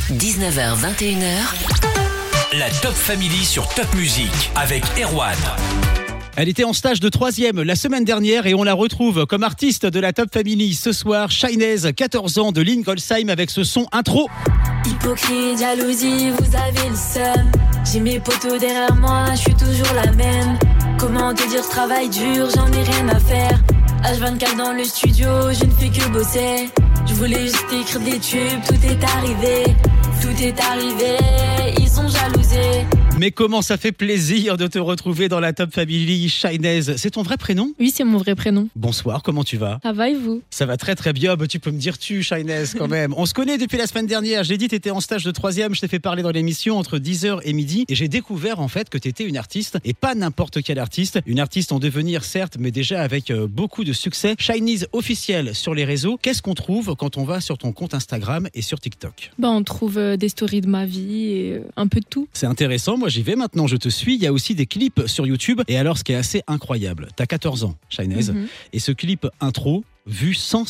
19h, 21h. La Top Family sur Top Music avec Erwan. Elle était en stage de 3e la semaine dernière et on la retrouve comme artiste de la Top Family ce soir. Shinez, 14 ans de Lingolsheim avec ce son intro. Hypocrite, jalousie, vous avez le seum. J'ai mes potos derrière moi, je suis toujours la même. Comment te dire, je travaille dur, j'en ai rien à faire. H24 dans le studio, je ne fais que bosser. Je voulais juste écrire des tubes, tout est arrivé. Tout est arrivé, ils sont jalousés. Mais comment ça fait plaisir de te retrouver dans la Top Family. Shinez, c'est ton vrai prénom ? Oui, c'est mon vrai prénom. Bonsoir, comment tu vas ? Ça va et vous ? Ça va très très bien, bah, tu peux me dire tu, Shinez, quand même. On se connaît depuis la semaine dernière, j'ai dit tu étais en stage de 3e, je t'ai fait parler dans l'émission entre 10h et midi et j'ai découvert en fait que tu étais une artiste et pas n'importe quelle artiste. Une artiste en devenir certes, mais déjà avec beaucoup de succès. Shinez officiel sur les réseaux. Qu'est-ce qu'on trouve quand on va sur ton compte Instagram et sur TikTok ? On trouve des stories de ma vie et un peu de tout. C'est intéressant, moi j'y vais maintenant, je te suis. Il y a aussi des clips sur YouTube. Et alors ce qui est assez incroyable, t'as 14 ans, Shinez, et ce clip intro, vu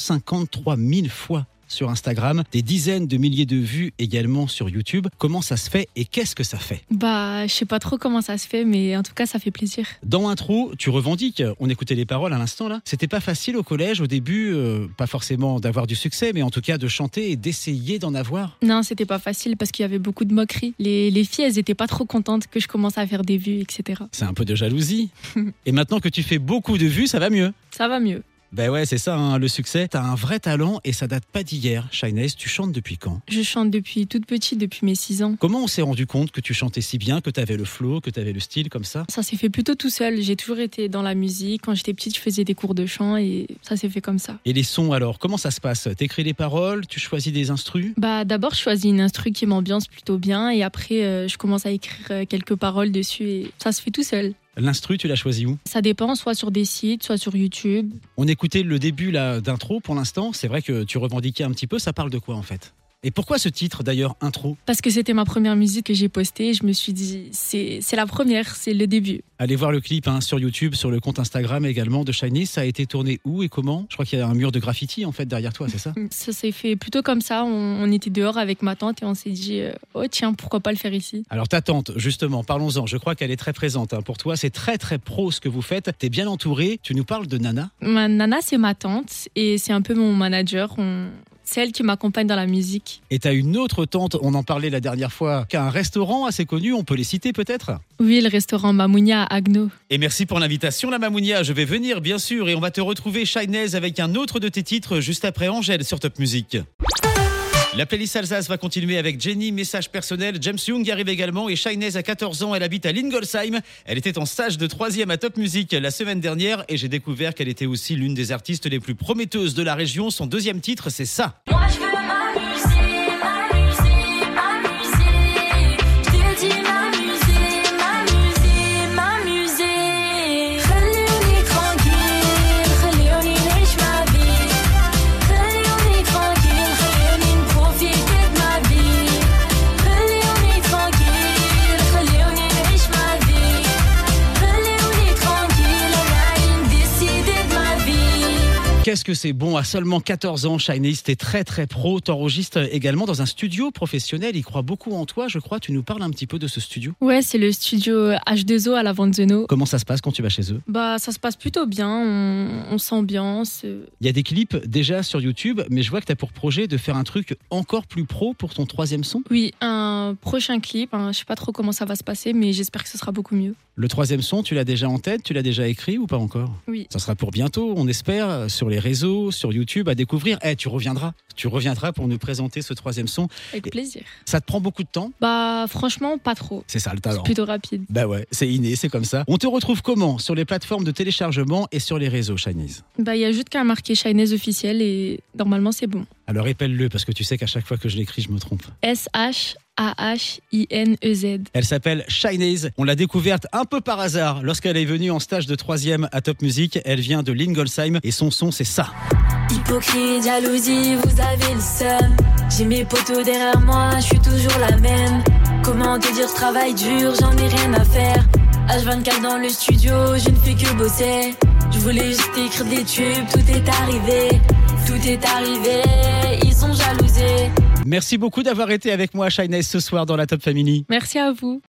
153 000 fois sur Instagram, des dizaines de milliers de vues également sur YouTube. Comment ça se fait et qu'est-ce que ça fait ? Je sais pas trop comment ça se fait, mais en tout cas ça fait plaisir. Dans l'intro, tu revendiques, on écoutait les paroles à l'instant là, c'était pas facile au collège au début, pas forcément d'avoir du succès, mais en tout cas de chanter et d'essayer d'en avoir. Non, c'était pas facile parce qu'il y avait beaucoup de moqueries. Les filles, elles étaient pas trop contentes que je commence à faire des vues, etc. C'est un peu de jalousie. Et maintenant que tu fais beaucoup de vues, ça va mieux ? Ça va mieux. Ben ouais, c'est ça, hein, le succès. T'as un vrai talent et ça date pas d'hier. Shinez, tu chantes depuis quand ? Je chante depuis toute petite, depuis mes 6 ans. Comment on s'est rendu compte que tu chantais si bien, que t'avais le flow, que t'avais le style comme ça ? Ça s'est fait plutôt tout seul. J'ai toujours été dans la musique. Quand j'étais petite, je faisais des cours de chant et ça s'est fait comme ça. Et les sons alors, comment ça se passe ? T'écris les paroles, tu choisis des instrus ? D'abord, je choisis une instru qui m'ambiance plutôt bien et après, je commence à écrire quelques paroles dessus et ça se fait tout seul. L'instru, tu l'as choisi où ? Ça dépend, soit sur des sites, soit sur YouTube. On écoutait le début là, d'intro pour l'instant. C'est vrai que tu revendiquais un petit peu. Ça parle de quoi en fait ? Et pourquoi ce titre d'ailleurs, intro ? Parce que c'était ma première musique que j'ai postée et je me suis dit, c'est la première, c'est le début. Allez voir le clip sur YouTube, sur le compte Instagram également de Shinez. Ça a été tourné où et comment ? Je crois qu'il y a un mur de graffiti en fait derrière toi, c'est ça ? Ça s'est fait plutôt comme ça. On était dehors avec ma tante et on s'est dit, oh tiens, pourquoi pas le faire ici ? Alors ta tante, justement, parlons-en. Je crois qu'elle est très présente pour toi. C'est très très pro ce que vous faites. T'es bien entouré. Tu nous parles de Nana ? Ma Nana, c'est ma tante et c'est un peu mon manager. C'est elle qui m'accompagne dans la musique. Et t'as une autre tante, on en parlait la dernière fois, qui a un restaurant assez connu, on peut les citer peut-être ? Oui, le restaurant Mamounia à Agno. Et merci pour l'invitation la Mamounia, je vais venir bien sûr et on va te retrouver Shinez avec un autre de tes titres juste après Angèle sur Top Music. La playlist Alsace va continuer avec Jenny, message personnel. James Young arrive également et Shinez a 14 ans, elle habite à Lingolsheim. Elle était en stage de 3e à Top Music la semaine dernière et j'ai découvert qu'elle était aussi l'une des artistes les plus prometteuses de la région. Son deuxième titre, c'est ça. Moi je veux m'amuser, m'amuser, m'amuser. Je te dis m'amuser, m'amuser, m'amuser. خليوني tranquille, خليوني نعيش ma vie. خليوني tranquille, خليوني profiter de ma vie. خليوني tranquille, خليوني نعيش ma vie. خليوني tranquille, أنا décider de ma vie. Qu'est-ce que c'est bon, à seulement 14 ans, Shinez, t'es très très pro, t'enregistres également dans un studio professionnel, il croit beaucoup en toi, je crois, tu nous parles un petit peu de ce studio ? Ouais, c'est le studio H2O à la Vanzeno. Comment ça se passe quand tu vas chez eux ? Ça se passe plutôt bien, on s'ambiance. Il y a des clips déjà sur YouTube, mais je vois que t'as pour projet de faire un truc encore plus pro pour ton 3e son ? Oui, un prochain clip, je sais pas trop comment ça va se passer, mais j'espère que ce sera beaucoup mieux. Le 3e son, tu l'as déjà en tête, tu l'as déjà écrit ou pas encore ? Oui. Ça sera pour bientôt, on espère, sur les réseaux, sur YouTube, à découvrir. Tu reviendras pour nous présenter ce 3e son. Avec plaisir. Ça te prend beaucoup de temps ? Franchement, pas trop. C'est ça le talent. C'est plutôt rapide. Bah ouais, c'est inné, c'est comme ça. On te retrouve comment ? Sur les plateformes de téléchargement et sur les réseaux, Shinez ? Il y a juste qu'à marquer Shinez officiel et normalement c'est bon. Alors épelle-le, parce que tu sais qu'à chaque fois que je l'écris, je me trompe. SHAHINEZ. Elle s'appelle Shinez. On l'a découverte un peu par hasard lorsqu'elle est venue en stage de 3e à Top Music. Elle vient de Lingolsheim et son son, c'est ça. Hypocrite, jalousie, vous avez le seum. J'ai mes potos derrière moi, je suis toujours la même. Comment te dire, je travaille dur, j'en ai rien à faire. H24 dans le studio, je ne fais que bosser. Je voulais juste écrire des tubes, tout est arrivé. Tout est arrivé, ils sont jalousés. Merci beaucoup d'avoir été avec moi, Shinez, ce soir dans la Top Family. Merci à vous.